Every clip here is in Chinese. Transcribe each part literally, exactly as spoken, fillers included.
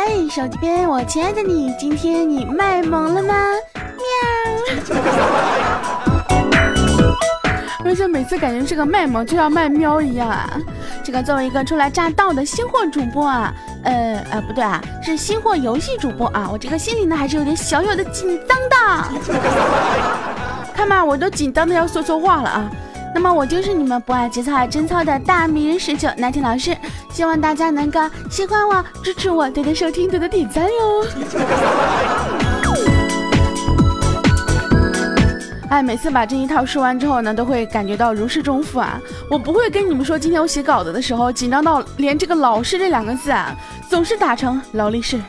喂，手机边我亲爱的你，今天你卖萌了吗？喵。而且每次感觉这个卖萌就要卖喵一样啊。这个作为一个初来乍到的新货主播啊，呃呃不对啊，是新货游戏主播啊，我这个心里呢还是有点小小的紧张的。看吧，我都紧张的要说错话了啊。那么我就是你们不爱节操爱贞操的大迷人十九南天老师，希望大家能够喜欢我、支持我、多多收听、多多点赞哟。哎，每次把这一套说完之后呢，都会感觉到如释重负啊。我不会跟你们说，今天我写稿子的时候紧张到连这个老师这两个字啊，总是打成劳力士。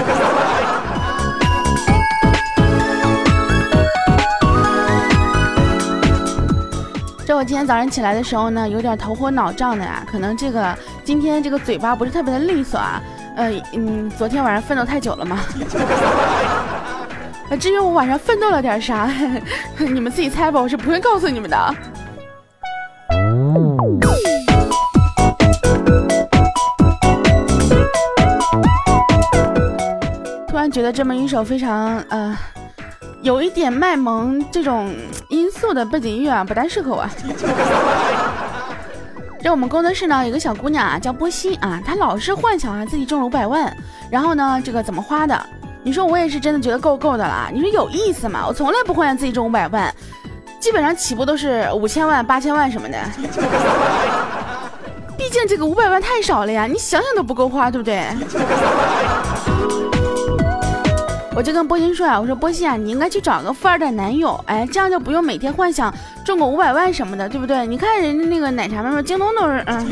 这我今天早上起来的时候呢，有点头昏脑胀的呀，可能这个今天这个嘴巴不是特别的利索啊，呃嗯，昨天晚上奋斗太久了嘛。至于我晚上奋斗了点啥，你们自己猜吧，我是不会告诉你们的。突然觉得这么一首非常呃。有一点卖萌这种因素的背景音乐啊，不太适合我。这我们工作室呢有个小姑娘啊，叫波西啊，她老是幻想啊自己中了五百万，然后呢这个怎么花的？你说我也是真的觉得够够的了，你说有意思吗？我从来不幻想自己中五百万，基本上起步都是五千万、八千万什么的。毕竟这个五百万太少了呀，你想想都不够花，对不对？我就跟波西说啊，我说波西啊，你应该去找个富二代男友，哎，这样就不用每天幻想中个五百万什么的，对不对？你看人家那个奶茶妹妹，京东都是，嗯，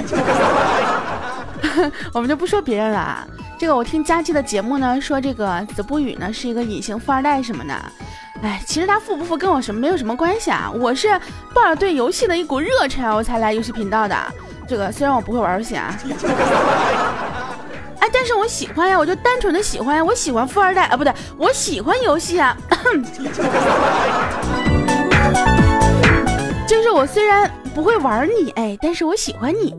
我们就不说别人了啊。这个我听佳期的节目呢，说这个子不语呢是一个隐形富二代什么的，哎，其实他富不富跟我什么没有什么关系啊，我是抱着对游戏的一股热忱我才来游戏频道的。这个虽然我不会玩游戏啊。哎，但是我喜欢呀，我就单纯的喜欢呀，我喜欢富二代啊，不对，我喜欢游戏啊。就是我虽然不会玩你，哎，但是我喜欢你。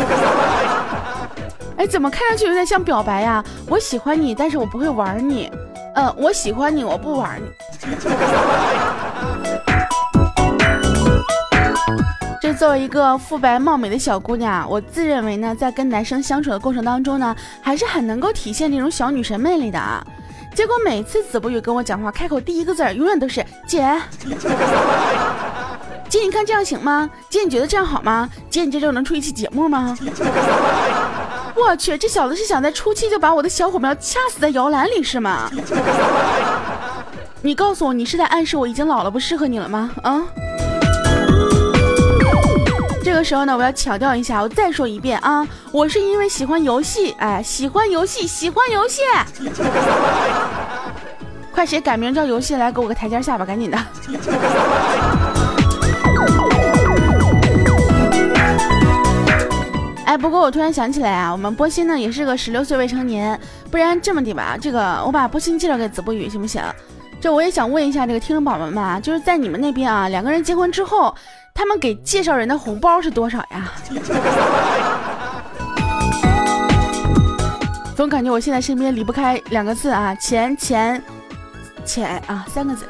哎，怎么看上去有点像表白呀？我喜欢你，但是我不会玩你。呃，我喜欢你，我不玩你。这作为一个肤白貌美的小姑娘，我自认为呢，在跟男生相处的过程当中呢，还是很能够体现这种小女神魅力的啊。结果每次子不语跟我讲话，开口第一个字儿永远都是姐。姐，你看这样行吗？姐，你觉得这样好吗？姐，你这周能出一期节目吗？我去，这小子是想在初期就把我的小火苗掐死在摇篮里是吗？你告诉我，你是在暗示我已经老了不适合你了吗？啊？这个时候呢，我要强调一下，我再说一遍啊，我是因为喜欢游戏，哎，喜欢游戏，喜欢游戏。快谁改名叫游戏来给我个台阶下吧，赶紧的。哎，不过我突然想起来啊，我们波心呢也是个十六岁未成年，不然这么的吧，这个我把波心介绍给子不语行不行？这我也想问一下这个听众宝宝们啊，就是在你们那边啊，两个人结婚之后，他们给介绍人的红包是多少呀？总感觉我现在身边离不开两个字啊，钱钱钱啊，三个字。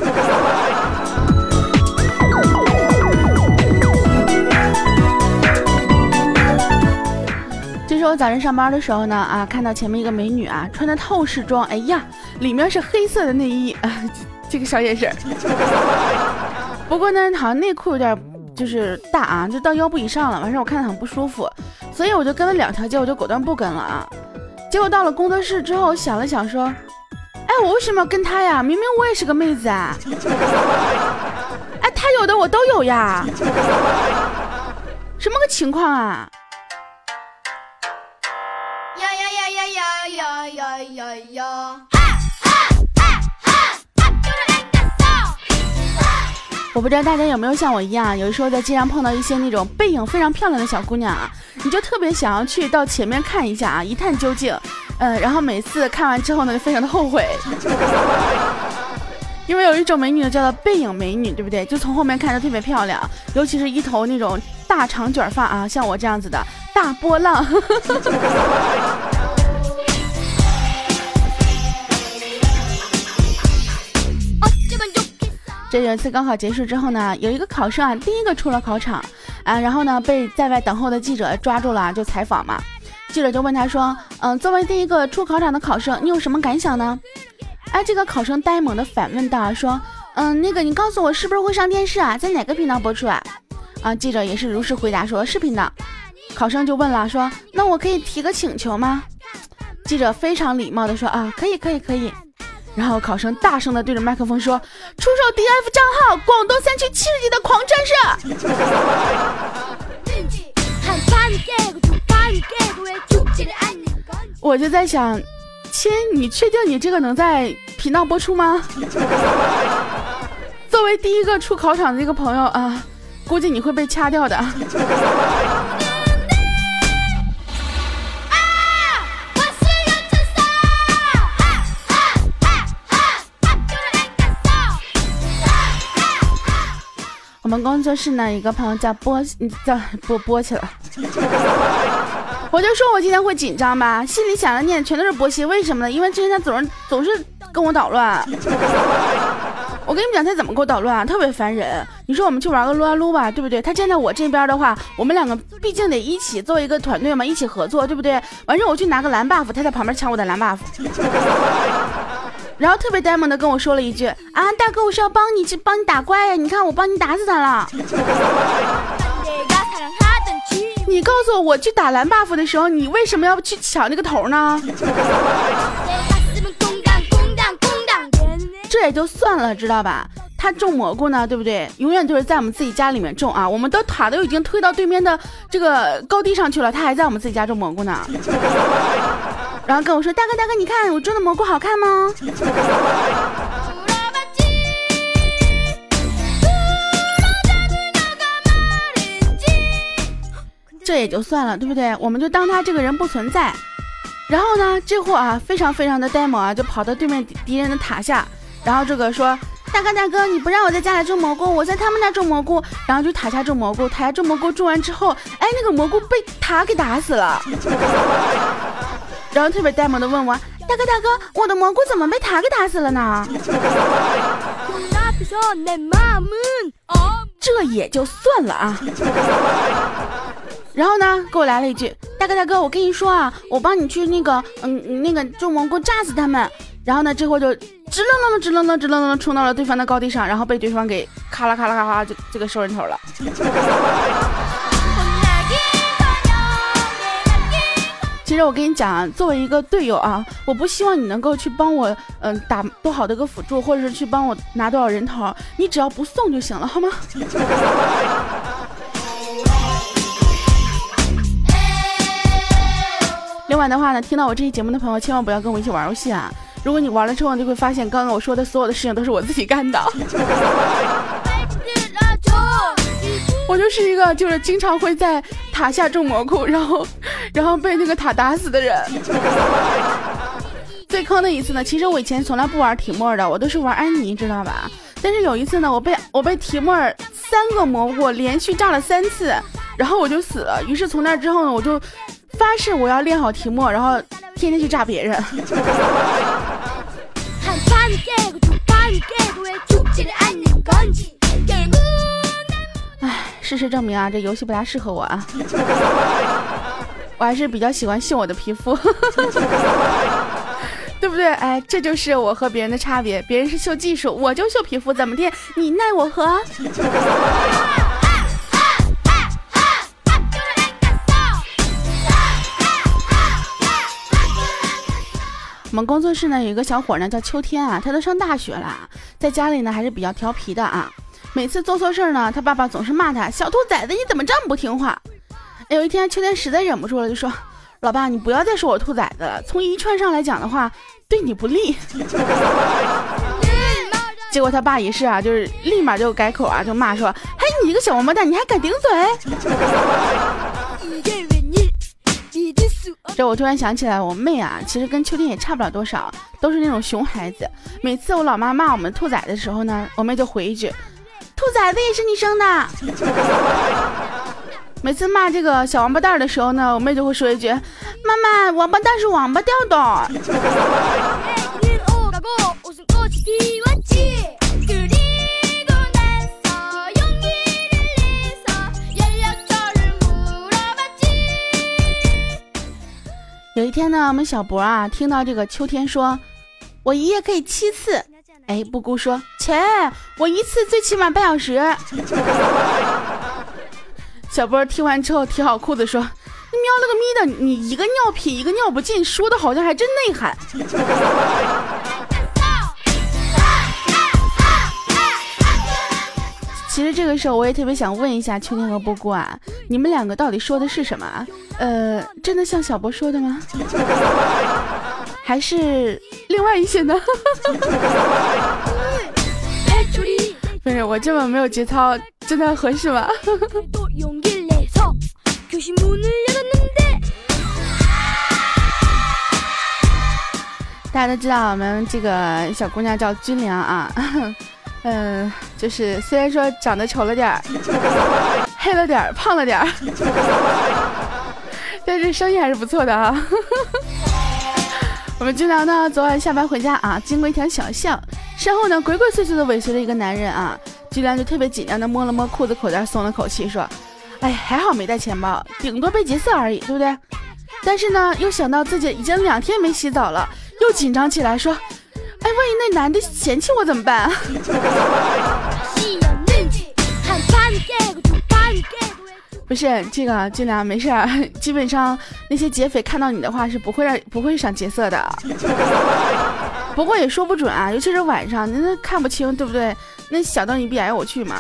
这是我早晨上班的时候呢啊，看到前面一个美女啊，穿的透视装，哎呀，里面是黑色的内衣啊，这个小眼神。不过呢，好像内裤有点就是大啊，就到腰部以上了，完事我看着很不舒服，所以我就跟了两条街，我就果断不跟了啊。结果到了工作室之后，想了想说，哎，我为什么要跟他呀？明明我也是个妹子啊。哎，他有的我都有呀，什么个情况啊？呀呀呀呀呀呀呀呀呀！我不知道大家有没有像我一样，有的时候在街上碰到一些那种背影非常漂亮的小姑娘啊，你就特别想要去到前面看一下啊，一探究竟。呃，然后每次看完之后呢，就非常的后悔。因为有一种美女叫做背影美女，对不对？就从后面看着特别漂亮，尤其是一头那种大长卷发啊，像我这样子的大波浪。 这有一次高考结束之后呢，有一个考生啊，第一个出了考场啊，然后呢被在外等候的记者抓住了，就采访嘛。记者就问他说：“嗯、呃，作为第一个出考场的考生，你有什么感想呢？”哎，这个考生呆萌的反问道说：“嗯，那个你告诉我是不是会上电视啊？在哪个频道播出啊？”啊，记者也是如实回答说：“是频道。”考生就问了说：“那我可以提个请求吗？”记者非常礼貌的说：“啊，可以可以可以。”然后考生大声的对着麦克风说：“出手 D F 账号广东三区七十级的狂战士。”我就在想，亲，你确定你这个能在频道播出吗？作为第一个出考场的一个朋友啊，估计你会被掐掉的。我们工作室呢，一个朋友叫波，叫波波去了。我就说我今天会紧张吧，心里想的念全都是波西，为什么呢？因为之前他总是总是跟我捣乱。我跟你们讲他怎么给我捣乱啊，特别烦人。你说我们去玩个撸啊撸吧，对不对？他站在我这边的话，我们两个毕竟得一起做一个团队嘛，一起合作，对不对？完事我去拿个蓝 buff， 他在旁边抢我的蓝 buff。然后特别呆萌的跟我说了一句：“啊，大哥，我是要帮你去帮你打怪呀，你看我帮你打死他了。”你告诉我，我去打蓝 buff 的时候，你为什么要去抢那个头呢？这也就算了，知道吧？他种蘑菇呢，对不对？永远都是在我们自己家里面种啊，我们都塔都已经推到对面的这个高地上去了，他还在我们自己家种蘑菇呢。然后跟我说：“大哥大哥，你看我种的蘑菇好看吗？”这也就算了，对不对？我们就当他这个人不存在。然后呢，这货啊非常非常的呆萌啊，就跑到对面敌人的塔下，然后这个说：“大哥大哥，你不让我在家里种蘑菇，我在他们那种蘑菇。”然后就塔下种蘑菇，塔下种蘑菇种完之后，哎，那个蘑菇被塔给打死了。然后特别呆萌的问我：“大哥大哥，我的蘑菇怎么被塔给打死了呢？”这也就算了啊。然后呢，给我来了一句：“大哥大哥，我跟你说啊，我帮你去那个嗯那个种蘑菇炸死他们。”然后呢，这货就直愣愣的直愣愣直愣愣的冲到了对方的高地上，然后被对方给咔啦咔啦咔啦就这个收人头了。其实我跟你讲啊，作为一个队友啊，我不希望你能够去帮我嗯、呃、打多好的一个辅助，或者是去帮我拿多少人头，你只要不送就行了，好吗？另外的话呢，听到我这期节目的朋友千万不要跟我一起玩游戏啊，如果你玩了之后，你就会发现刚刚我说的所有的事情都是我自己干的。我就是一个就是经常会在塔下种蘑菇，然后然后被那个塔打死的人。最坑的一次呢，其实我以前从来不玩提莫的，我都是玩安妮，知道吧？但是有一次呢，我被我被提莫三个蘑菇连续炸了三次，然后我就死了。于是从那之后呢，我就发誓我要练好提莫，然后天天去炸别人。唉，事实证明啊，这游戏不大适合我啊。我还是比较喜欢秀我的皮肤。对不对？哎，这就是我和别人的差别，别人是秀技术，我就秀皮肤，怎么地？你奈我何？我们工作室呢有一个小伙呢叫秋天啊，他都上大学了，在家里呢还是比较调皮的啊。每次做错事呢，他爸爸总是骂他：“小兔崽子，你怎么这么不听话？”有一天，秋天实在忍不住了，就说：“老爸，你不要再说我兔崽子了，从遗传上来讲的话，对你不利。”结果他爸也是啊，就是立马就改口啊，就骂说：“嘿，你这个小王八蛋，你还敢顶嘴！”这我突然想起来，我妹啊，其实跟秋天也差不了多少，都是那种熊孩子。每次我老妈骂我们兔崽的时候呢，我妹就回一句：“兔崽子也是你生的。”每次骂这个小王八蛋的时候呢，我妹就会说一句：“妈妈，王八蛋是王八掉的。” 天呢，我们小博啊听到这个秋天说我一夜可以七次，哎，布姑说切，我一次最起码半小时。小波听完之后提好裤子说，你喵了个咪的，你一个尿频一个尿不尽，说的好像还真内涵。其实这个时候我也特别想问一下秋天和波姑啊，你们两个到底说的是什么？呃，真的像小波说的吗？还是另外一些呢？不是，我这么没有节操真的合适吗？大家都知道我们这个小姑娘叫军良啊，嗯、呃，就是虽然说长得丑了点儿，黑了点儿，胖了点儿，但是声音还是不错的啊。我们军良呢昨晚下班回家啊，经过一条小巷，身后呢鬼鬼祟祟的尾随着一个男人啊，军良就特别紧张的摸了摸裤子口袋，松了口气说，哎，还好没带钱包，顶多被劫色而已，对不对？但是呢又想到自己已经两天没洗澡了，又紧张起来说，哎，万一那男的嫌弃我怎么办？不是这个军良没事儿，基本上那些劫匪看到你的话是不会让不会上劫色的。不过也说不准啊，尤其是晚上，你那看不清，对不对？那小到你逼来我去嘛。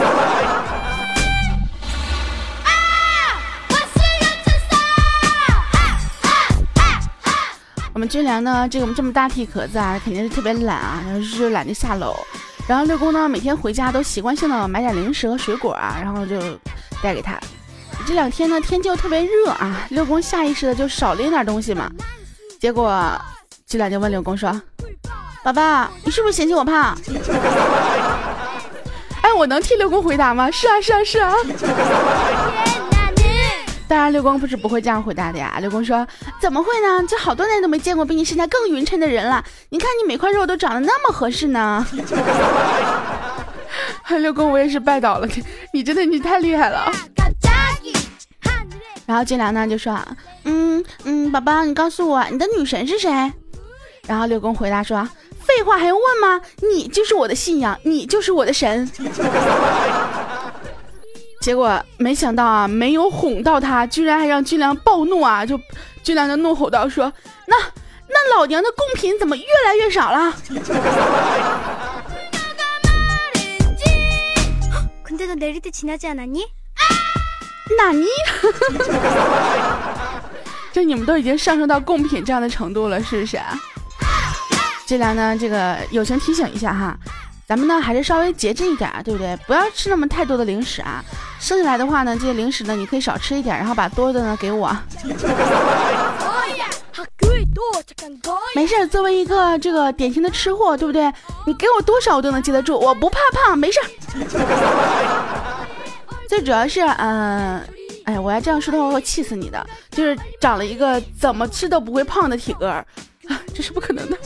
我们军良呢，这个这么大体壳子啊，肯定是特别懒啊，然后是懒得下楼。然后六公呢，每天回家都习惯性的买点零食和水果啊，然后就带给他。这两天呢，天气又特别热啊，六公下意识的就少拎点东西嘛。结果军良就问六公说：“宝宝，你是不是嫌弃我胖？”哎，我能替六公回答吗？是啊，是啊，是啊。当然六公不是不会这样回答的呀。六公说，怎么会呢，这好多年都没见过比你身材更匀称的人了，你看你每块肉都长得那么合适呢。六公我也是拜倒了，你真的你太厉害了。然后军良呢就说，嗯嗯，宝宝你告诉我你的女神是谁？然后六公回答说，废话还用问吗？你就是我的信仰，你就是我的神。结果没想到啊，没有哄到他，居然还让军良暴怒啊！就军良就怒吼道说：“那那老娘的贡品怎么越来越少了？”纳尼？这你们都已经上升到贡品这样的程度了，是不是啊？军良呢，这个友情提醒一下哈。咱们呢还是稍微节制一点，对不对？不要吃那么太多的零食啊。剩下来的话呢，这些零食呢你可以少吃一点，然后把多的呢给我。没事，作为一个这个典型的吃货，对不对？你给我多少我都能接得住，我不怕胖，没事。最主要是，嗯、呃，哎，我要这样说的话我会气死你的。就是长了一个怎么吃都不会胖的体格，啊，这是不可能的。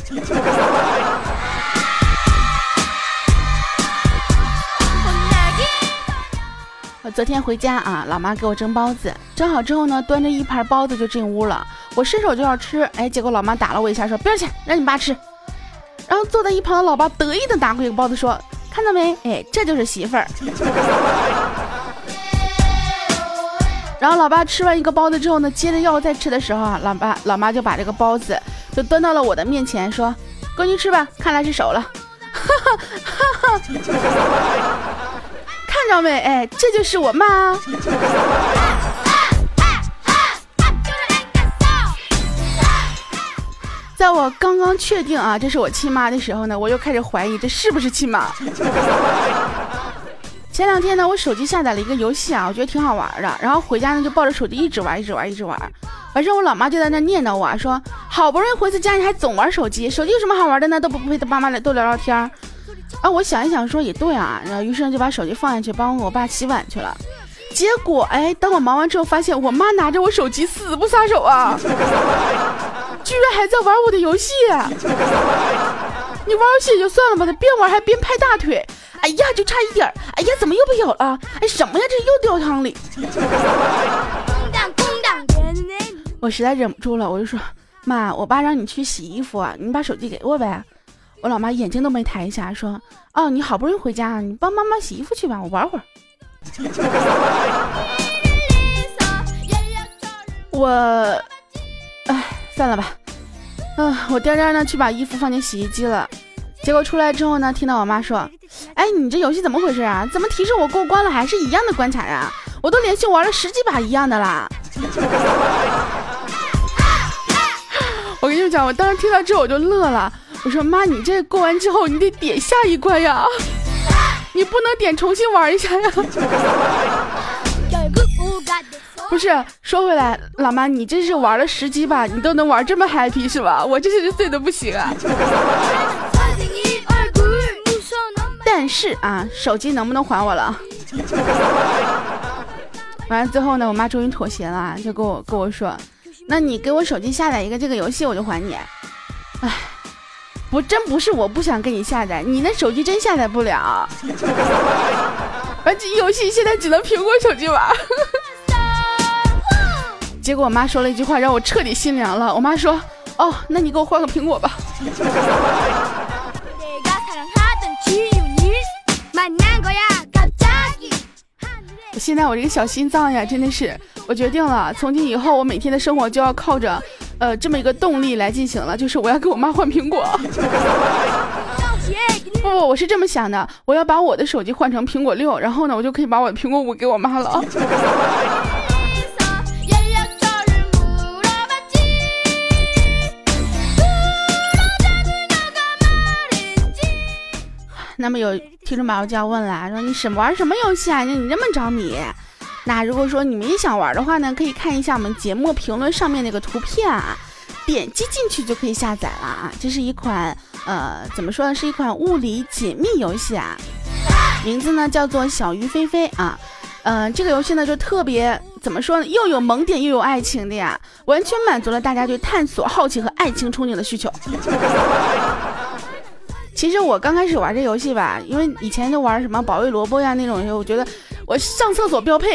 我昨天回家啊，老妈给我蒸包子，蒸好之后呢，端着一盘包子就进屋了。我伸手就要吃，哎，结果老妈打了我一下，说边去，让你爸吃。然后坐在一旁的老爸得意的拿过一个包子，说看到没？哎，这就是媳妇儿。然后老爸吃完一个包子之后呢，接着要再吃的时候啊，老爸老妈就把这个包子就端到了我的面前，说闺女吃吧，看来是熟了。哈哈哈哈。看着没？哎，这就是我妈。在我刚刚确定啊，这是我亲妈的时候呢，我又开始怀疑这是不是亲妈。前两天呢，我手机下载了一个游戏啊，我觉得挺好玩的，然后回家呢就抱着手机一直玩，一直玩，一直玩。晚上我老妈就在那念叨我说，好不容易回次家，你还总玩手机，手机有什么好玩的呢？都不陪爸妈来多聊聊天。啊，我想一想说也对啊，然后于是就把手机放下去帮我爸洗碗去了。结果哎，当我忙完之后，发现我妈拿着我手机死不撒手啊，居然还在玩我的游戏。你玩游戏也就算了吧，他边玩还边拍大腿，哎呀就差一点，哎呀怎么又没有了？哎什么呀，这又掉汤里。 我实在忍不住了，我就说妈，我爸让你去洗衣服啊，你把手机给我呗。我老妈眼睛都没抬一下，说哦，你好不容易回家，你帮妈妈洗衣服去吧，我玩会儿。我哎算了吧，嗯，我颠颠呢去把衣服放进洗衣机了，结果出来之后呢，听到我妈说，哎，你这游戏怎么回事啊？怎么提示我过关了还是一样的关卡呀？我都连续玩了十几把一样的啦。我跟你们讲，我当时听到之后我就乐了，我说妈，你这过完之后你得点下一关呀，你不能点重新玩一下呀。不是，说回来，老妈，你这是玩了十几把，你都能玩这么 happy 是吧？我这是醉的不行啊。但是啊，手机能不能还我了？完了最后呢，我妈终于妥协了，就跟我跟我说，那你给我手机下载一个这个游戏，我就还你。哎，不，真不是我不想给你下载，你那手机真下载不了。而这游戏现在只能苹果手机玩。结果我妈说了一句话让我彻底心凉了，我妈说，哦，那你给我换个苹果吧。我现在我这个小心脏呀，真的是，我决定了，从今以后我每天的生活就要靠着呃这么一个动力来进行了，就是我要给我妈换苹果。不不，我是这么想的，我要把我的手机换成苹果六，然后呢我就可以把我的苹果五给我妈了。那么有听众朋友就要问了，说你什么玩什么游戏啊？你这么着迷？那如果说你们也想玩的话呢，可以看一下我们节目评论上面那个图片啊，点击进去就可以下载了啊。这是一款呃怎么说呢，是一款物理解密游戏啊，名字呢叫做小鱼飞飞啊。嗯、呃，这个游戏呢就特别怎么说呢，又有萌点又有爱情的呀，完全满足了大家对探索、好奇和爱情憧憬的需求。其实我刚开始玩这游戏吧，因为以前就玩什么保卫萝卜呀那种游戏，我觉得我上厕所标配，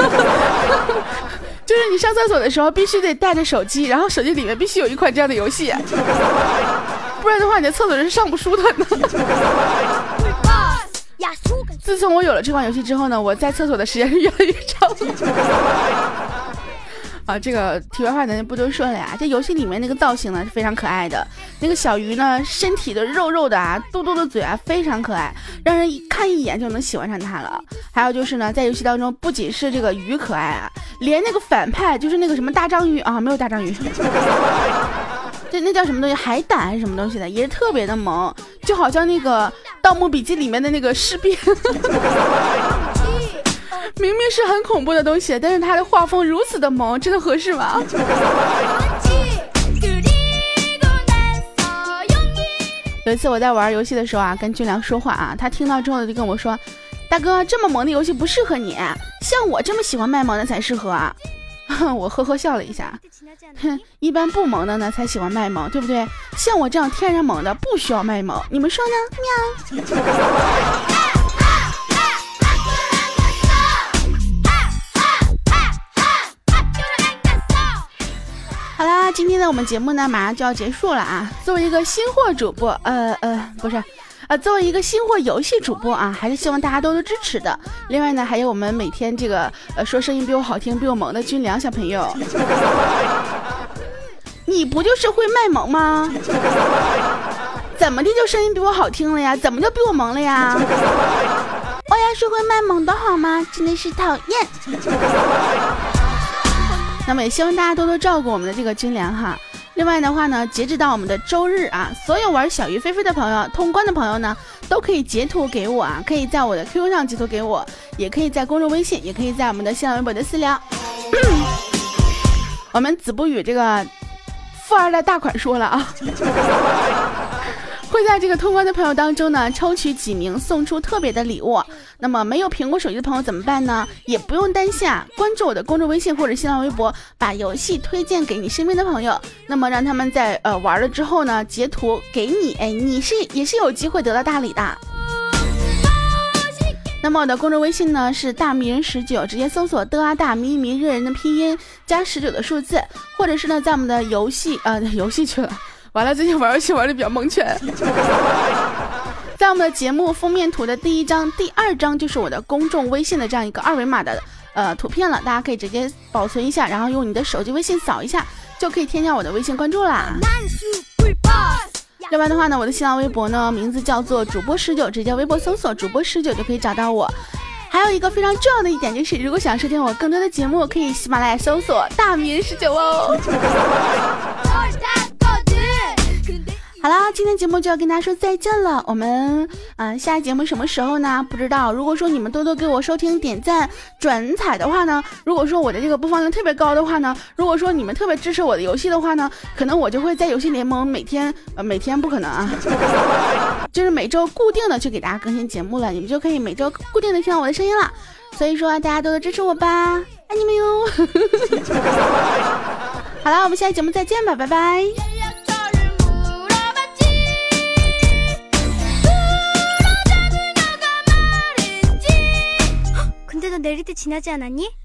就是你上厕所的时候必须得带着手机，然后手机里面必须有一款这样的游戏，不然的话你的厕所是上不舒坦的。自从我有了这款游戏之后呢，我在厕所的时间是越来越长了。啊，这个题外话咱就不多说了呀。这游戏里面那个造型呢是非常可爱的，那个小鱼呢身体的肉肉的啊，嘟嘟的嘴啊，非常可爱，让人一看一眼就能喜欢上它了。还有就是呢，在游戏当中不仅是这个鱼可爱啊，连那个反派就是那个什么大章鱼啊，没有大章鱼，这那叫什么东西，海胆还是什么东西的，也是特别的萌，就好像那个《盗墓笔记》里面的那个尸变。明明是很恐怖的东西，但是它的画风如此的萌，真的合适吗？有一次我在玩游戏的时候啊，跟俊良说话啊，他听到之后就跟我说，大哥，这么萌的游戏不适合你，像我这么喜欢卖萌的才适合啊。我呵呵笑了一下，哼，一般不萌的呢才喜欢卖萌，对不对？像我这样天然萌的不需要卖萌，你们说呢？喵。好啦，今天的我们节目呢马上就要结束了啊。作为一个新货主播，呃呃，不是，呃，作为一个新货游戏主播啊，还是希望大家多多支持的。另外呢，还有我们每天这个呃说声音比我好听、比我萌的军良小朋友，你不就是会卖萌吗？怎么的就声音比我好听了呀？怎么就比我萌了呀？我要是会卖萌的好吗？真的是讨厌。那么也希望大家多多照顾我们的这个军粮哈。另外的话呢，截止到我们的周日啊，所有玩小鱼飞飞的朋友，通关的朋友呢，都可以截图给我啊，可以在我的 Q Q 上截图给我，也可以在公众微信，也可以在我们的新浪微博的私聊。我们子不语这个富二代大款说了啊。会在这个通关的朋友当中呢，抽取几名送出特别的礼物。那么没有苹果手机的朋友怎么办呢？也不用担心啊，关注我的公众微信或者新浪微博，把游戏推荐给你身边的朋友，那么让他们在呃玩了之后呢，截图给你，哎，你是也是有机会得到大礼的。 那么我的公众微信呢是大迷人十九，直接搜索的啊大迷迷人人的拼音加十九的数字，或者是呢在我们的游戏呃游戏去了，完了最近玩游戏玩的比较蒙圈。在我们的节目封面图的第一张、第二张就是我的公众微信的这样一个二维码的呃图片了，大家可以直接保存一下，然后用你的手机微信扫一下，就可以添加我的微信关注啦。另外的话呢，我的新浪微博呢名字叫做主播十九，直接微博搜索主播十九就可以找到我。还有一个非常重要的一点就是，如果想收听我更多的节目，可以喜马拉雅搜索大迷人十九哦。好啦，今天节目就要跟大家说再见了。我们嗯、呃，下一节目什么时候呢？不知道。如果说你们多多给我收听、点赞、转采的话呢，如果说我的这个播放量特别高的话呢，如果说你们特别支持我的游戏的话呢，可能我就会在游戏联盟每天呃每天不可能啊，就是每周固定的去给大家更新节目了，你们就可以每周固定的听到我的声音了。所以说大家多多支持我吧，爱你们哟。好啦，我们下期节目再见吧，拜拜。 근데도 내릴 때 지나지 않았니?